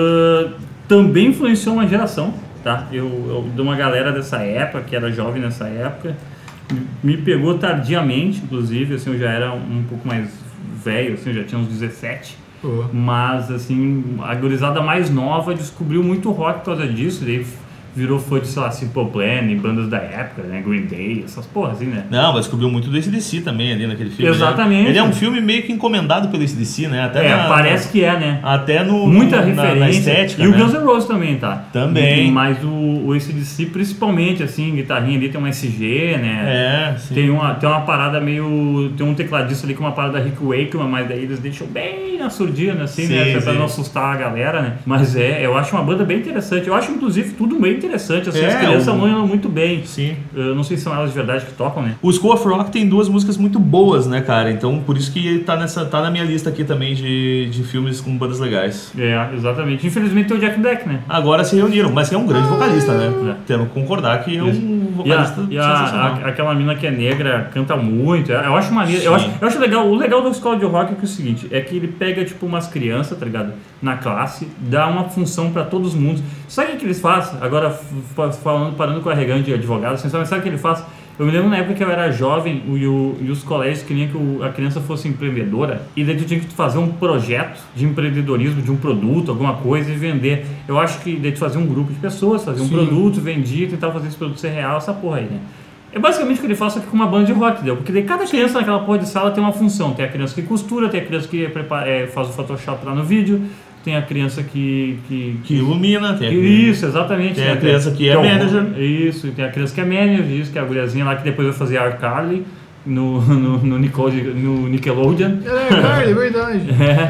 Também influenciou uma geração, tá? Eu de uma galera dessa época, que era jovem nessa época, me pegou tardiamente, inclusive, assim, eu já era um pouco mais velho, assim, eu já tinha uns 17. Pô. Mas, assim, a gurizada mais nova descobriu muito rock por causa disso, daí virou fã de, sei lá, Simple Plan e bandas da época, né? Green Day, essas porras, assim, né? Não, mas descobriu muito do AC/DC também ali naquele filme. Exatamente. Né? Ele é um filme meio que encomendado pelo AC/DC, né? Até Parece que é, né? Até Muita na referência. estética, E o né? Guns N' Roses também, tá? Também. Mas o AC/DC principalmente, assim, guitarrinha ali tem um SG, né? Sim. Tem uma parada meio... Tem um tecladista ali com uma parada Rick Wakeman, mas daí eles deixam bem na surdina, assim, né? Sim, Pra sim. não assustar a galera, né? Mas eu acho uma banda bem interessante. Eu acho, inclusive, tudo bem interessante. Assim, as crianças manham muito bem. Sim. Eu não sei se são elas de verdade que tocam, né? O School of Rock tem 2 músicas muito boas, né, cara? Então, por isso que tá na minha lista aqui também de filmes com bandas legais. Exatamente. Infelizmente tem o Jack Black, né? Agora se reuniram, mas que é um grande vocalista, né? É. Temos que concordar que é um vocalista E sensacional. aquela mina que é negra canta muito. Eu acho maneiro. Eu acho legal. O legal da escola de rock é que é o seguinte: é que ele pega tipo umas crianças, tá ligado? Na classe, dá uma função pra todos os mundos. Sabe o que eles fazem? Agora, parando com a regante de advogado, assim, sabe o que ele faz? Eu me lembro na época que eu era jovem e os colégios queriam que a criança fosse empreendedora e daí tu tinha que fazer um projeto de empreendedorismo de um produto, alguma coisa e vender. Eu acho que daí tu fazia um grupo de pessoas, fazia um produto, vendia, tentava fazer esse produto ser real, essa porra aí, né? É basicamente o que ele faz, só que com uma banda de rock, entendeu? Porque daí cada criança naquela porra de sala tem uma função. Tem a criança que costura, tem a criança que faz o Photoshop lá no vídeo, tem a criança que ilumina, tem Isso, exatamente. Tem a criança que é manager. Isso, e tem a criança que é manager, isso, que é a guriazinha lá que depois vai fazer iCarly no Nickelodeon. É verdade.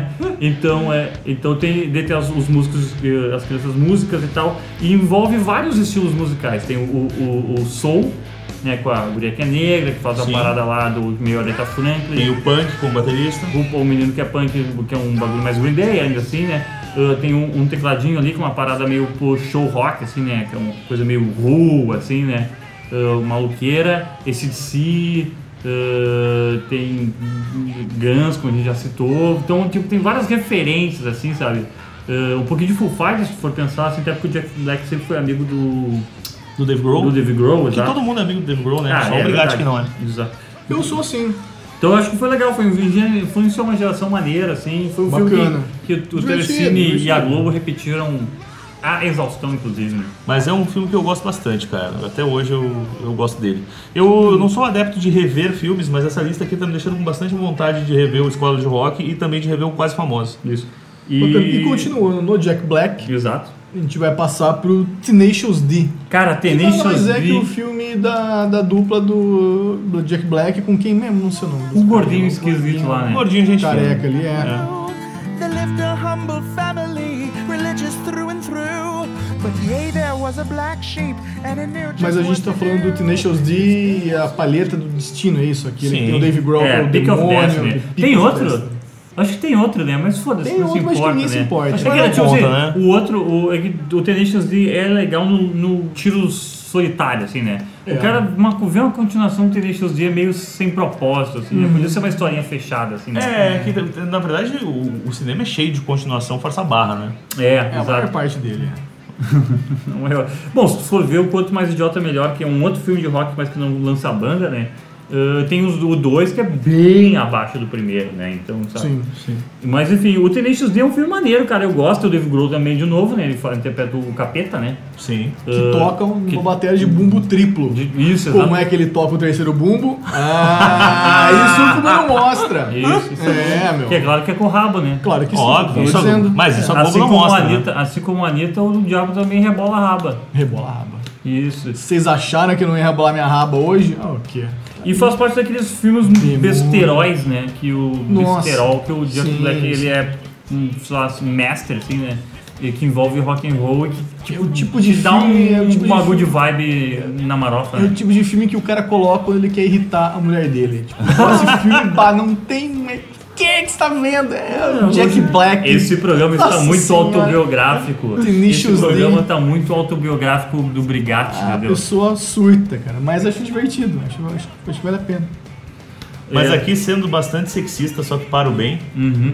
Então tem os músicos, as crianças músicas e tal, e envolve vários estilos musicais. Tem o soul, né, com a guria que é negra, que faz a Sim. parada lá do meio Aretha Franklin. Tem o punk com o baterista. O menino que é punk, que é um bagulho mais Green Day ainda assim, né? Tem um tecladinho ali com uma parada meio show rock, assim, né? Que é uma coisa meio rua, assim, né? Maluqueira, AC/DC, tem Guns, como a gente já citou. Então, tipo, tem várias referências, assim, sabe? Um pouquinho de Foo Fighters, se for pensar, assim, até porque o Jack Black sempre foi amigo Do Dave Grohl? Do Dave Grohl, Porque exato. todo mundo é amigo do Dave Grohl, né? Só é o Brigatti verdade. que não é. Exato. Eu sou assim. Então eu acho que foi legal, influenciou uma geração maneira, assim. Foi um Bacana. filme que o Divertido, Telecine e a divertido. Globo repetiram a exaustão, inclusive, né? Mas é um filme que eu gosto bastante, cara. Até hoje eu gosto dele. Eu não sou adepto de rever filmes, mas essa lista aqui tá me deixando com bastante vontade de rever o Escola de Rock e também de rever o Quase Famosos. Isso. E continuando no Jack Black, Exato. a gente vai passar pro Tenacious D. Cara, Que nada Tenacious mais é que o D, filme da dupla do Jack Black com quem mesmo, não sei o nome. o gordinho esquisito lá, né? Gordinho, gente. Careca ali, They lived a humble family, religious through and through. But yea, there was a black sheep, and he knew just Mas a gente what tá to falando do do. Tenacious D e a palheta do destino, é isso? Aquele que Sim. tem o Dave Grohl, É, o Pick of demônio. Destiny. Pick Tem of outro? Destiny. Acho que tem outro, né? Mas foda-se, Tem não se outro, mas importa, ninguém se né? importa. Acho que Mas era, não tipo conta, assim, né? o outro, o Tenacious D é legal no tiro solitário, assim, né? É. O cara ver uma continuação do Tenacious D é meio sem propósito, assim, né? Podia ser uma historinha fechada, assim, né? É, que na verdade o cinema é cheio de continuação, força a barra, né? É, É a maior exato. parte dele. Não é- Bom, se tu for ver o Quanto Mais Idiota Melhor, que é um outro filme de rock, mas que não lança banda, né? Tem o 2 que é bem abaixo do primeiro, né? Então, sabe? Sim, sim. Mas enfim, o Tenacious D é um filme maneiro, cara. Eu gosto. O Dave Grohl também, de novo, né? Ele interpreta o Capeta, né? Sim. Que tocam uma bateria de bumbo triplo. Isso, Como exato. é que ele toca o terceiro bumbo? Isso o filme não mostra. Isso. É, meu. Que é claro que é com o rabo, né? Claro que sim. Óbvio, tô isso, dizendo. mas isso a Globo Assim não como, mostra, a né? Anitta, assim como a Anitta, o diabo também rebola a raba. Rebola a raba. Isso. Vocês acharam que eu não ia rebolar minha raba hoje? Ah, o quê? E faz parte daqueles filmes besteróis, né? Que o Nossa. besterol, que o Jack Sim, Black, ele sim. é sei lá, master, assim, né? E que envolve rock and roll e que É o tipo de dá filme, é o tipo de uma filme. good vibe na marofa, É o né? tipo de filme que o cara coloca quando ele quer irritar a mulher dele. Tipo, esse filme, bah, não tem... Quem é que você tá vendo? É o Jack Black. Esse programa está Nossa muito Senhora. autobiográfico. Tenacious Esse programa D. está muito autobiográfico do Brigatti, A entendeu? pessoa surta, cara. Mas acho divertido. Acho que vale a pena. Mas É. aqui sendo bastante sexista, só que para o bem, Uhum.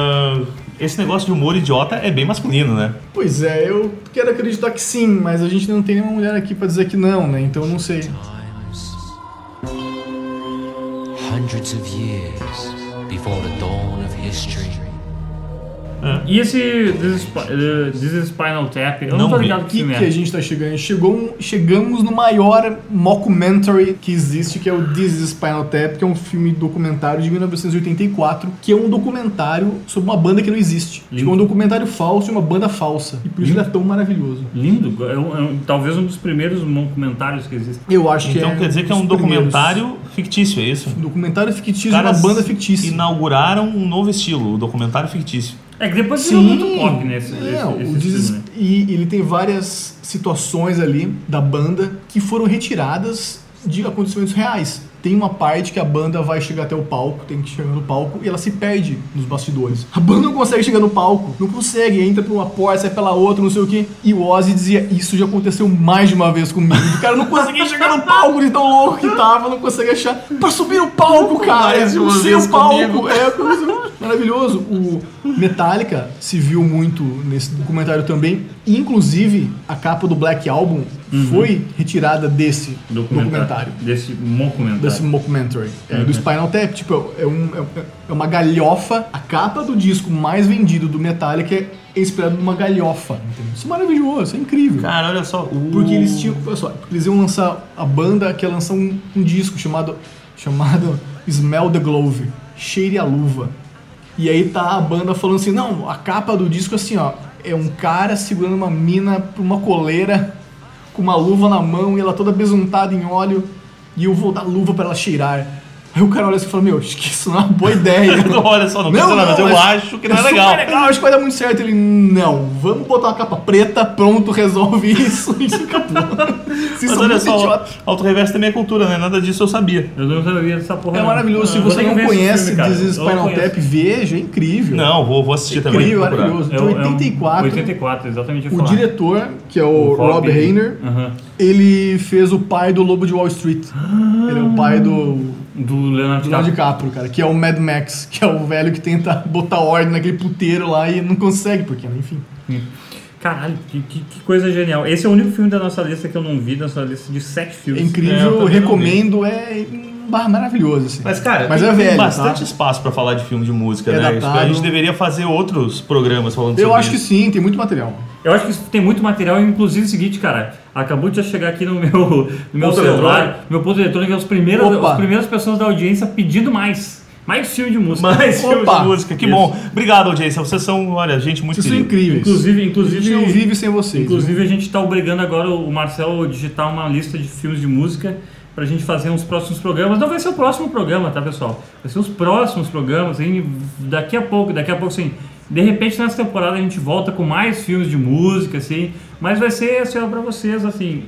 esse negócio de humor idiota é bem masculino, né? Pois é, eu quero acreditar que sim, mas a gente não tem nenhuma mulher aqui pra dizer que não, né? Então eu não sei. Hundreds of years before the dawn of history. E esse This is Spinal Tap, eu não Não tô vi. ligado O que que, filme que a é. gente tá chegando? Chegamos no maior mockumentary que existe, que é o This is Spinal Tap, que é um filme documentário de 1984, que é um documentário sobre uma banda que não existe. Tipo, é um documentário falso de uma banda falsa. E por isso ele é tão maravilhoso. Lindo, talvez um dos primeiros documentários que existem. Eu acho que Então é quer dizer que é dos um primeiros. documentário fictício, é isso? Um documentário fictício Os de uma caras banda fictícia. inauguraram um novo estilo, o documentário fictício. É que depois virou muito pop, né? O e ele tem várias situações ali da banda que foram retiradas de acontecimentos reais. Tem uma parte que a banda vai chegar até o palco, tem que chegar no palco e ela se perde nos bastidores. A banda não consegue chegar no palco, não consegue, entra por uma porta, sai pela outra, não sei o que. E o Ozzy dizia, isso já aconteceu mais de uma vez comigo. O cara não conseguia chegar no palco de tão louco que tava, não consegue achar. Pra subir no palco, cara, Mais de no uma seu vez palco. comigo. É maravilhoso. O Metallica se viu muito nesse documentário também. E, inclusive, a capa do Black Album foi retirada desse documentário. Desse mockumentário. Desse mockumentary. Do Spinal Tap. Tipo, é uma galhofa. A capa do disco mais vendido do Metallica é inspirado numa galhofa. Entendeu? Isso é maravilhoso, isso é incrível. Cara, olha só. Porque eles tinham. Olha só, porque eles iam lançar. A banda quer lançar um disco chamado Smell the Glove. Cheire a luva. E aí tá a banda falando assim, não, a capa do disco é assim, ó, é um cara segurando uma mina por uma coleira, com uma luva na mão e ela toda besuntada em óleo, e eu vou dar luva pra ela cheirar. Aí o cara olha assim e fala, meu, acho que isso não é uma boa ideia. Olha só, não quer dizer nada, mas eu acho que não é super legal. acho que vai dar muito certo. Ele, não, vamos botar uma capa preta, pronto, resolve isso. Isso acabou. Vocês Mas são olha muito só, idiotas. auto-reverso também é cultura, né? Nada disso eu sabia. Eu não sabia dessa porra. É não. maravilhoso. Se Eu vou você ter que não ver esse conhece filme, cara. This is Eu não Spinal conheço. Tap, veja, é incrível. Não, vou assistir também. Incrível, vou procurar. maravilhoso. De 84, 84, exatamente. o diretor, que é o Rob Reiner, Aham. ele fez o pai do Lobo de Wall Street. Ele é o pai do Do Leonardo Leonardo DiCaprio. DiCaprio, cara, que é o Mad Max, que é o velho que tenta botar ordem naquele puteiro lá e não consegue, porque, enfim. Caralho, que coisa genial. Esse é o único filme da nossa lista que eu não vi, da nossa lista de 7 filmes. É incrível, eu recomendo, maravilhoso, assim. Mas, cara, Mas tem, é velho, tem bastante tá? espaço pra falar de filme de música, É né? datado. A gente deveria fazer outros programas falando Eu sobre acho que isso. sim, tem muito material. Eu acho que tem muito material, inclusive o seguinte, cara, acabou de chegar aqui no meu Ponto celular, eletrônico. meu ponto eletrônico, as primeiras pessoas da audiência pedindo mais filme de música. Mais filme Opa! de música, que Isso. bom. Obrigado, audiência. Vocês são, olha, gente muito Vocês são querida. incríveis. Inclusive, A gente não vive sem vocês. Inclusive a gente tá obrigando agora o Marcel a digitar uma lista de filmes de música pra gente fazer uns próximos programas. Não vai ser o próximo programa, tá, pessoal? Vai ser os próximos programas, hein? Daqui a pouco, assim, de repente nessa temporada a gente volta com mais filmes de música, assim, mas vai ser, assim, ó, pra vocês, assim,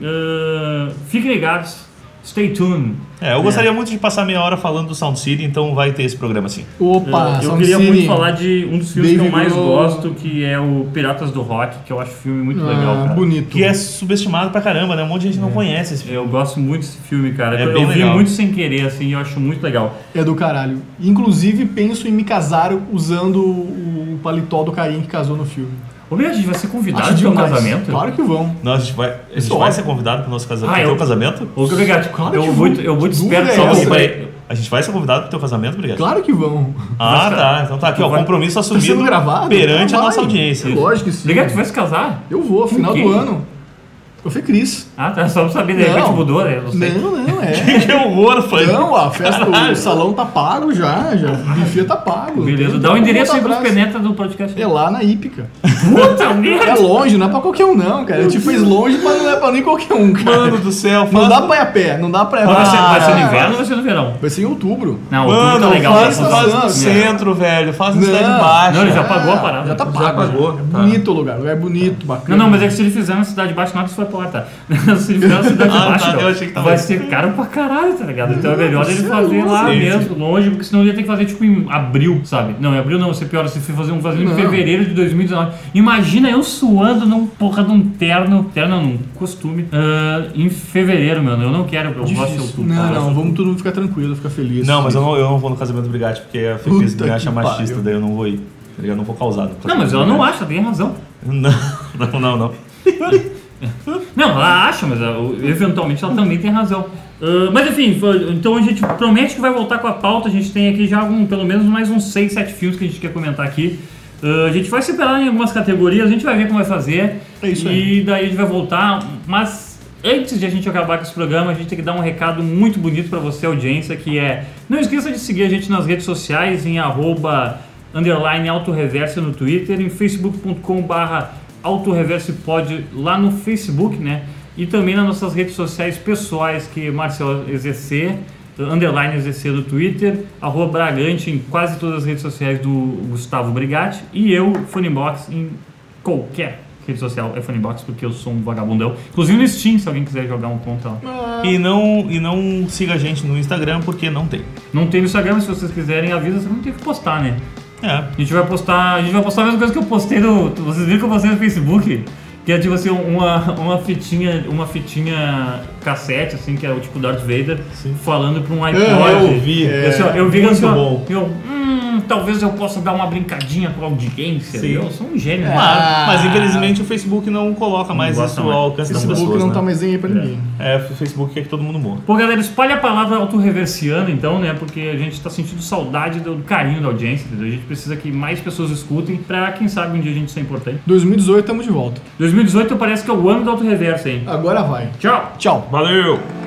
fiquem ligados, stay tuned. Eu gostaria muito de passar meia hora falando do Sound City, então vai ter esse programa sim. Opa, Eu Sound queria City. muito falar de um dos filmes que eu David mais Grohl. gosto, que é o Piratas do Rock, que eu acho um filme muito legal, cara. Bonito. Que é subestimado pra caramba, né? Um monte de gente não conhece esse filme. Eu gosto muito desse filme, cara. É Eu bem vi legal. muito sem querer, assim, e eu acho muito legal. É do caralho. Inclusive, penso em me casar usando o paletó do carinha que casou no filme. Ô, meu, a gente vai ser convidado Acho pro demais. casamento? Claro que vão. Não, a gente vai óbvio. ser convidado pro nosso casamento. Ah, Pro eu- teu casamento? Ô, obrigado. Claro eu que vou, vão. eu vou te Que esperar. dúvida Só é você essa? vai... A gente vai ser convidado pro teu casamento, obrigado. Claro que vão. Ah, tá. Então tá aqui, ó. vai- Compromisso Tá assumido sendo gravado? perante a Vai. nossa audiência. Lógico que sim. Obrigado, tu vai se casar? Eu vou, final quem? do ano. Eu fui Cris. Ah, tá. Só pra saber, de repente Não. mudou, né? Não sei. Não, é. Que horror, pai. Não, a festa, o salão tá pago já. O buffet tá pago. Beleza, Tem dá o como endereço aí voltar pros atrás. penetas do podcast. É lá na Ípica. Puta merda! É longe, não é pra qualquer um não, cara. Eu te fez longe, mas não é pra nem qualquer um, cara. Mano do céu, Não faz... dá pra ir a pé, não dá pra ir a pé. Vai ser no inverno ou vai ser no verão? Vai ser em outubro. Não, outubro Mano, tá legal. faz, tá? faz no Não. centro, velho. Faz na Não. cidade baixa. Não, ele já pagou a parada. Já tá Já pago. pagou, É tá. bonito o lugar é bonito, bacana. Não, mas é que se ele fizer na cidade baixa, nada, isso vai pra lá, tá? Se ele fizer na cidade Ah, baixa, tá, meu, eu achei que tava- vai ser caro pra caralho, tá ligado? Então é melhor ele Você fazer é lá louco. mesmo, longe, porque senão ele ia ter que fazer tipo em abril, sabe? Não, em abril não, você pior, você fazer em Não. fevereiro de 2019. Imagina eu suando num porra de um terno num costume, em fevereiro, mano. Eu não quero, eu gosto de Difícil. outubro. Não, cara. não, vamos todo mundo ficar tranquilo, ficar feliz. Não, mas eu não vou no casamento do Brigatti, porque a Fefis Puta me acha que machista, pariu. daí eu não vou ir. Eu não vou causar. no Não, casamento mas do ela não Brigatti. acha, tem razão. Não. Não, ela acha, mas eventualmente ela também tem razão. Mas enfim, então a gente promete que vai voltar com a pauta. A gente tem aqui já pelo menos mais uns 6, 7 filmes que a gente quer comentar aqui. A gente vai separar em algumas categorias, a gente vai ver como vai fazer. É isso e aí. daí a gente vai voltar. Mas antes de a gente acabar com esse programa, a gente tem que dar um recado muito bonito para você, audiência, que é: não esqueça de seguir a gente nas redes sociais em @_autoreverse no Twitter, em facebook.com/autoreversepod lá no Facebook, né? E também nas nossas redes sociais pessoais, que é Marcel EZC, _EZC no Twitter, @Bragante em quase todas as redes sociais do Gustavo Brigatti, e eu, Funnybox, em qualquer rede social é Funnybox, porque eu sou um vagabundão. Inclusive no Steam, se alguém quiser jogar um conta lá. E não siga a gente no Instagram, porque não tem. Não tem no Instagram, mas se vocês quiserem, avisa, você não tem que postar, né? É. A gente vai postar a mesma coisa que eu postei no... Vocês viram que eu postei no Facebook? Que é tipo assim, uma fitinha cassete, assim, que é o tipo Darth Vader, falando pra um iPod. eu vi. Eu vi muito assim, ó, bom. talvez eu possa dar uma brincadinha com a audiência. Sim. Eu sou um gênio. Mas infelizmente o Facebook não coloca mais Não gosta isso mais. ao alcance das O Facebook pessoas, não né? tá mais nem aí pra ninguém. O Facebook quer que todo mundo morra. Pô, galera, espalhe a palavra autorreversiana, então, né? Porque a gente tá sentindo saudade do carinho da audiência, entendeu? A gente precisa que mais pessoas escutem pra, quem sabe, um dia a gente ser importante. 2018 estamos de volta. 2018 parece que é o ano da autorreversa, hein? Agora vai. Tchau! Tchau. Valeu!